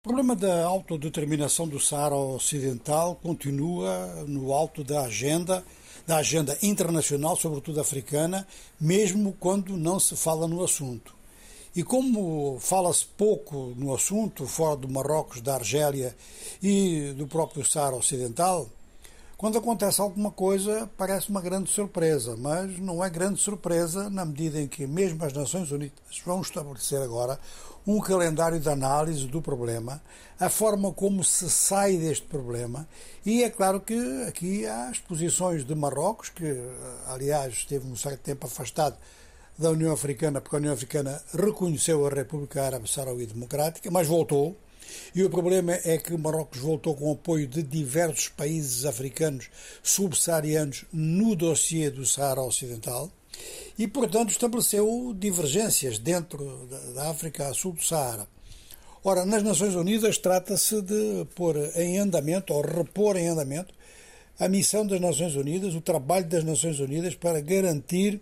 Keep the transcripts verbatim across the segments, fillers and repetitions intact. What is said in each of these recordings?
O problema da autodeterminação do Saara Ocidental continua no alto da agenda, da agenda internacional, sobretudo africana, mesmo quando não se fala no assunto. E como fala-se pouco no assunto, fora do Marrocos, da Argélia e do próprio Saara Ocidental, quando acontece alguma coisa parece uma grande surpresa, mas não é grande surpresa na medida em que mesmo as Nações Unidas vão estabelecer agora um calendário de análise do problema, a forma como se sai deste problema, e é claro que aqui há as posições de Marrocos, que aliás esteve um certo tempo afastado da União Africana, porque a União Africana reconheceu a República Árabe Saharaui Democrática, mas voltou. E o problema é que Marrocos voltou com o apoio de diversos países africanos subsaarianos no dossiê do Saara Ocidental e, portanto, estabeleceu divergências dentro da África a sul do Saara. Ora, nas Nações Unidas trata-se de pôr em andamento, ou repor em andamento, a missão das Nações Unidas, o trabalho das Nações Unidas para garantir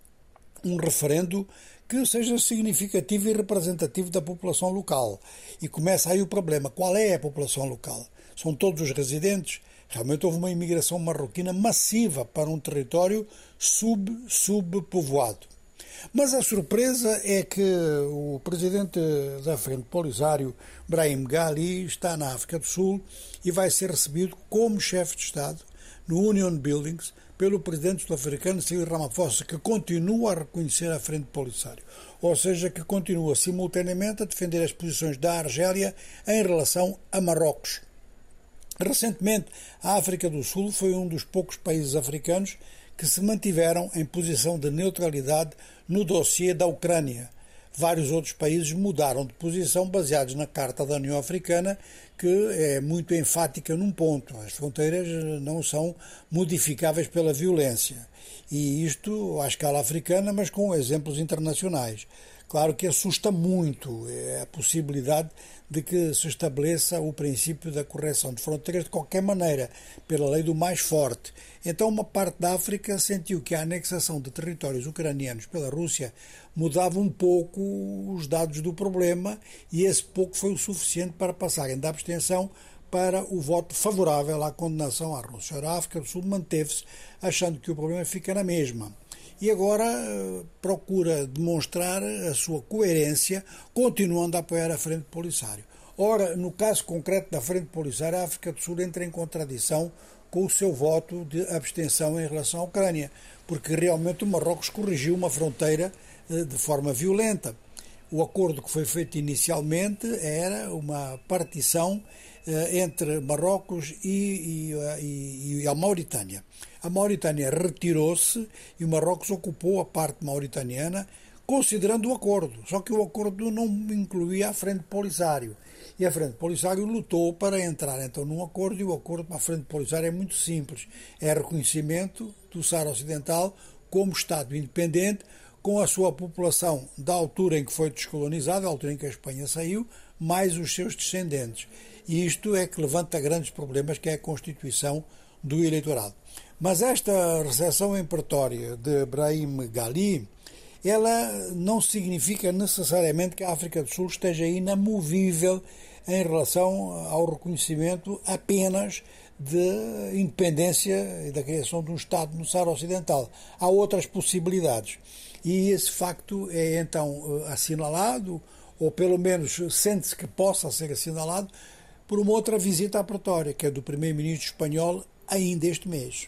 um referendo que seja significativo e representativo da população local. E começa aí o problema. Qual é a população local? São todos os residentes? Realmente houve uma imigração marroquina massiva para um território sub-subpovoado. Mas a surpresa é que o presidente da Frente Polisário, Brahim Ghali, está na África do Sul e vai ser recebido como chefe de Estado no Union Buildings pelo presidente sul-africano Cyril Ramaphosa, que continua a reconhecer a Frente Polisário, ou seja, que continua simultaneamente a defender as posições da Argélia em relação a Marrocos. Recentemente, a África do Sul foi um dos poucos países africanos que se mantiveram em posição de neutralidade no dossiê da Ucrânia. Vários outros países mudaram de posição baseados na Carta da União Africana, que é muito enfática num ponto: as fronteiras não são modificáveis pela violência. E isto à escala africana, mas com exemplos internacionais. Claro que assusta muito a possibilidade de que se estabeleça o princípio da correção de fronteiras de qualquer maneira, pela lei do mais forte. Então uma parte da África sentiu que a anexação de territórios ucranianos pela Rússia mudava um pouco os dados do problema, e esse pouco foi o suficiente para passarem da abstenção para o voto favorável à condenação à Rússia. A África do Sul manteve-se, achando que o problema fica na mesma. E agora procura demonstrar a sua coerência, continuando a apoiar a Frente Polisário. Ora, no caso concreto da Frente Polisário, a África do Sul entra em contradição com o seu voto de abstenção em relação à Ucrânia, porque realmente o Marrocos corrigiu uma fronteira de forma violenta. O acordo que foi feito inicialmente era uma partição entre Marrocos e, e, e a Mauritânia. A Mauritânia retirou-se e o Marrocos ocupou a parte mauritaniana, considerando o acordo. Só que o acordo não incluía a Frente Polisário. E a Frente Polisário lutou para entrar então num acordo, e o acordo para a Frente Polisário é muito simples. É reconhecimento do Saara Ocidental como Estado independente, com a sua população da altura em que foi descolonizada, a altura em que a Espanha saiu, mais os seus descendentes. E isto é que levanta grandes problemas, que é a constituição do eleitorado. Mas esta recepção em pretória de Brahim Ghali, ela não significa necessariamente que a África do Sul esteja inamovível em relação ao reconhecimento apenas de independência e da criação de um Estado no Saara Ocidental. Há outras possibilidades. E esse facto é então assinalado, ou pelo menos sente-se que possa ser assinalado, por uma outra visita à pretória, que é do primeiro-ministro espanhol ainda este mês.